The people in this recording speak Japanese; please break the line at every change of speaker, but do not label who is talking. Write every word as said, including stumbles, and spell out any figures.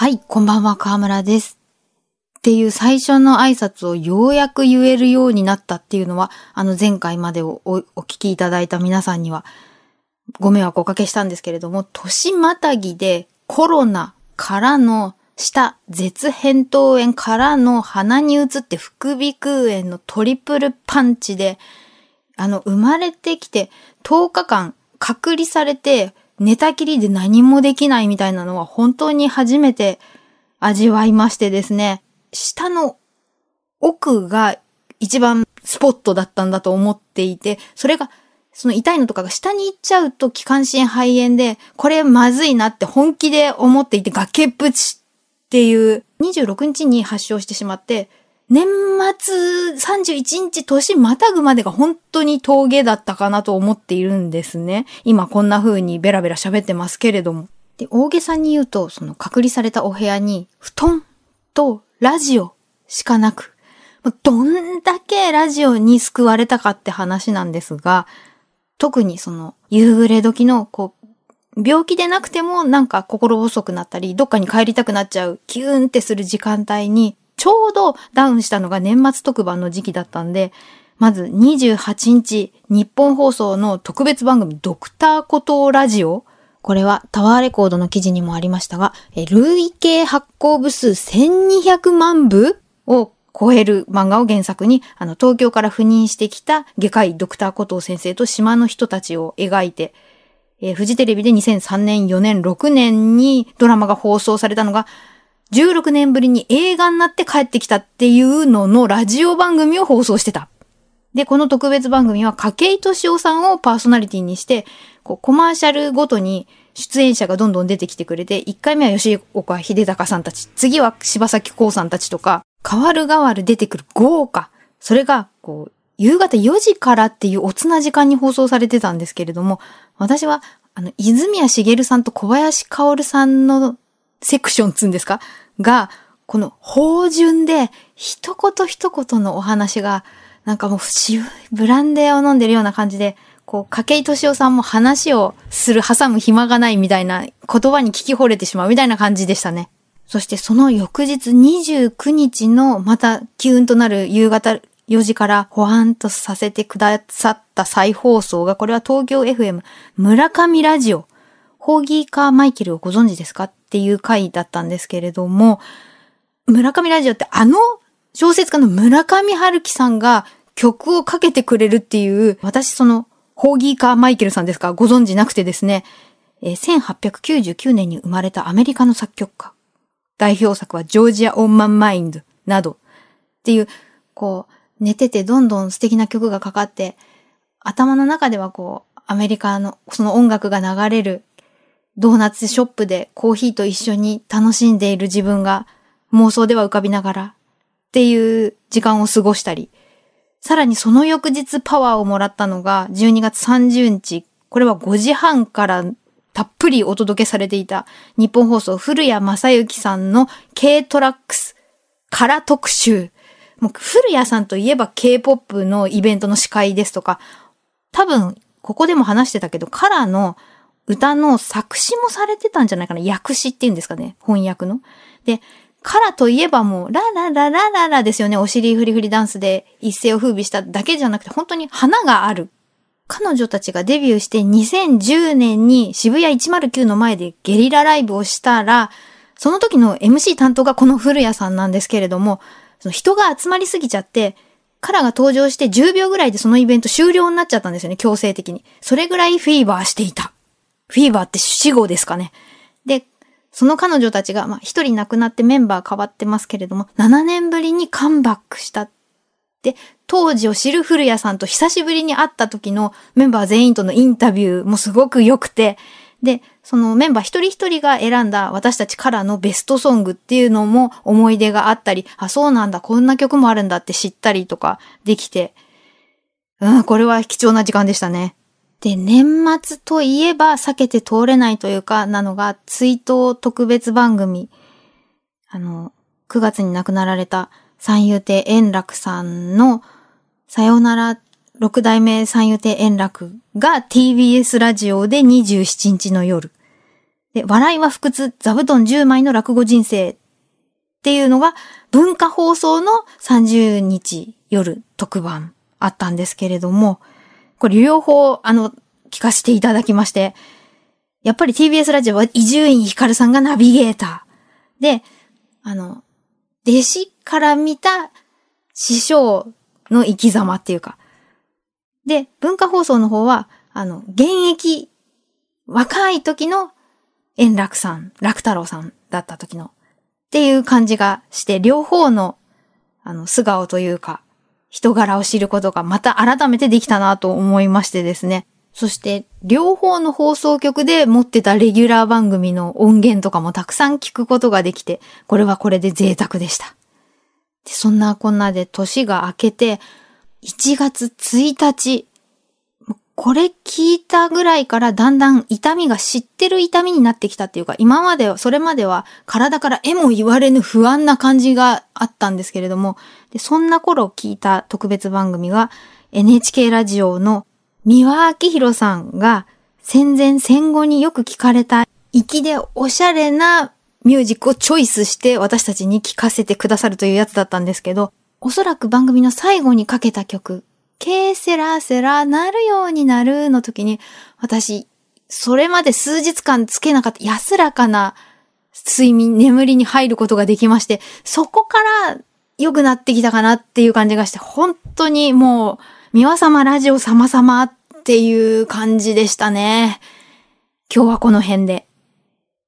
はい、こんばんは、川村です。っていう最初の挨拶をようやく言えるようになったっていうのは、あの前回までを お, お聞きいただいた皆さんにはご迷惑をおかけしたんですけれども、年またぎでコロナからの舌舌扁桃炎からの鼻に移って副鼻腔炎のトリプルパンチで、あの生まれてきてとおかかん隔離されて寝たきりで何もできないみたいなのは本当に初めて味わいましてですね、舌の奥が一番スポットだったんだと思っていて、それがその痛いのとかが下に行っちゃうと気管支肺炎で、これまずいなって本気で思っていて、崖っぷちっていうにじゅうろくにちに発症してしまって、年末さんじゅういちにち年またぐまでが本当に峠だったかなと思っているんですね。今こんな風にベラベラ喋ってますけれども。で、大げさに言うと、その隔離されたお部屋に布団とラジオしかなく、どんだけラジオに救われたかって話なんですが、特にその夕暮れ時のこう病気でなくてもなんか心細くなったり、どっかに帰りたくなっちゃうキューンってする時間帯にちょうどダウンしたのが年末特番の時期だったんで、まずにじゅうはちにち日本放送の特別番組ドクターコトーラジオ、これはタワーレコードの記事にもありましたが、累計発行部数せんにひゃくまんぶを超える漫画を原作に、あの東京から赴任してきた外科医ドクターコトー先生と島の人たちを描いて、えー、フジテレビでにせんさんねん、よねん、ろくねんにドラマが放送されたのが、じゅうろくねんぶりに映画になって帰ってきたっていうののラジオ番組を放送してた。で、この特別番組は筧敏夫さんをパーソナリティにして、こうコマーシャルごとに出演者がどんどん出てきてくれて、いっかいめは吉岡秀隆さんたち、次は柴咲コウさんたちとか、変わる変わる出てくる豪華。それが、こう、夕方よじからっていうおつな時間に放送されてたんですけれども、私は、あの、泉谷しげるさんと小林薫さんのセクションつんですかが、この芳醇で一言一言のお話がなんかもう渋いブランデーを飲んでるような感じで、こう筧敏夫さんも話をする挟む暇がないみたいな言葉に聞き惚れてしまうみたいな感じでしたね。そしてその翌日にじゅうくにちのまたキューンとなる夕方よじからほわんとさせてくださった再放送が、これは東京 エフエム 村上ラジオ、ホーギー・カーマイケルをご存知ですかっていう回だったんですけれども、村上ラジオってあの小説家の村上春樹さんが曲をかけてくれるっていう、私そのホーギー・カーマイケルさんですかご存知なくてですね、えー、せんはっぴゃくきゅうじゅうきゅうねんに生まれたアメリカの作曲家。代表作はジョージア・オン・マン・マインドなどっていう、こう寝ててどんどん素敵な曲がかかって、頭の中ではこうアメリカのその音楽が流れるドーナツショップでコーヒーと一緒に楽しんでいる自分が妄想では浮かびながらっていう時間を過ごしたり、さらにその翌日パワーをもらったのがじゅうにがつさんじゅうにち、これはごじはんからたっぷりお届けされていた日本放送古谷正幸さんの K トラックスから特集。もう古谷さんといえば K-ポップ のイベントの司会ですとか、多分ここでも話してたけどカラーの歌の作詞もされてたんじゃないかな。訳詞っていうんですかね。翻訳の。で、カラといえばもう、ララララララですよね。お尻フリフリダンスで一世を風靡しただけじゃなくて、本当に花がある。彼女たちがデビューしてにせんじゅうねんに渋谷いちまるきゅうの前でゲリラライブをしたら、その時の エムシー 担当がこの古谷さんなんですけれども、その人が集まりすぎちゃって、カラが登場してじゅうびょうぐらいでそのイベント終了になっちゃったんですよね。強制的に。それぐらいフィーバーしていた。フィーバーって死語ですかね。で、その彼女たちが、まあ一人亡くなってメンバー変わってますけれども、ななねんぶりにカムバックした。で、当時を知る古谷さんと久しぶりに会った時のメンバー全員とのインタビューもすごく良くて、で、そのメンバー一人一人が選んだ私たちからのベストソングっていうのも思い出があったり、あ、そうなんだ、こんな曲もあるんだって知ったりとかできて、うん、これは貴重な時間でしたね。で、年末といえば避けて通れないというか、なのが追悼特別番組。あの、くがつに亡くなられた三遊亭円楽さんのさよなら六代目三遊亭円楽が ティービーエス ラジオでにじゅうしちにちの夜。 で、笑いは不屈、座布団じゅうまいの落語人生っていうのが文化放送のさんじゅうにち夜特番あったんですけれども、これ両方あの聞かせていただきまして、やっぱり ティービーエス ラジオは伊集院光さんがナビゲーターで、あの弟子から見た師匠の生き様っていうか、で文化放送の方はあの現役若い時の円楽さん、楽太郎さんだった時のっていう感じがして、両方のあの素顔というか人柄を知ることがまた改めてできたなと思いましてですね。そして両方の放送局で持ってたレギュラー番組の音源とかもたくさん聞くことができて、これはこれで贅沢でした。でそんなこんなで年が明けていちがつついたち、これ聞いたぐらいからだんだん痛みが知ってる痛みになってきたっていうか、今までは、それまでは体からえも言われぬ不安な感じがあったんですけれども、でそんな頃聞いた特別番組が エヌエイチケー ラジオの三輪明宏さんが戦前戦後によく聞かれた粋でおしゃれなミュージックをチョイスして私たちに聞かせてくださるというやつだったんですけど、おそらく番組の最後にかけた曲、ケーセラセラなるようになるの時に、私、それまで数日間つけなかった安らかな睡眠、眠りに入ることができまして、そこから良くなってきたかなっていう感じがして、本当にもう、三輪様ラジオ様様っていう感じでしたね。今日はこの辺で。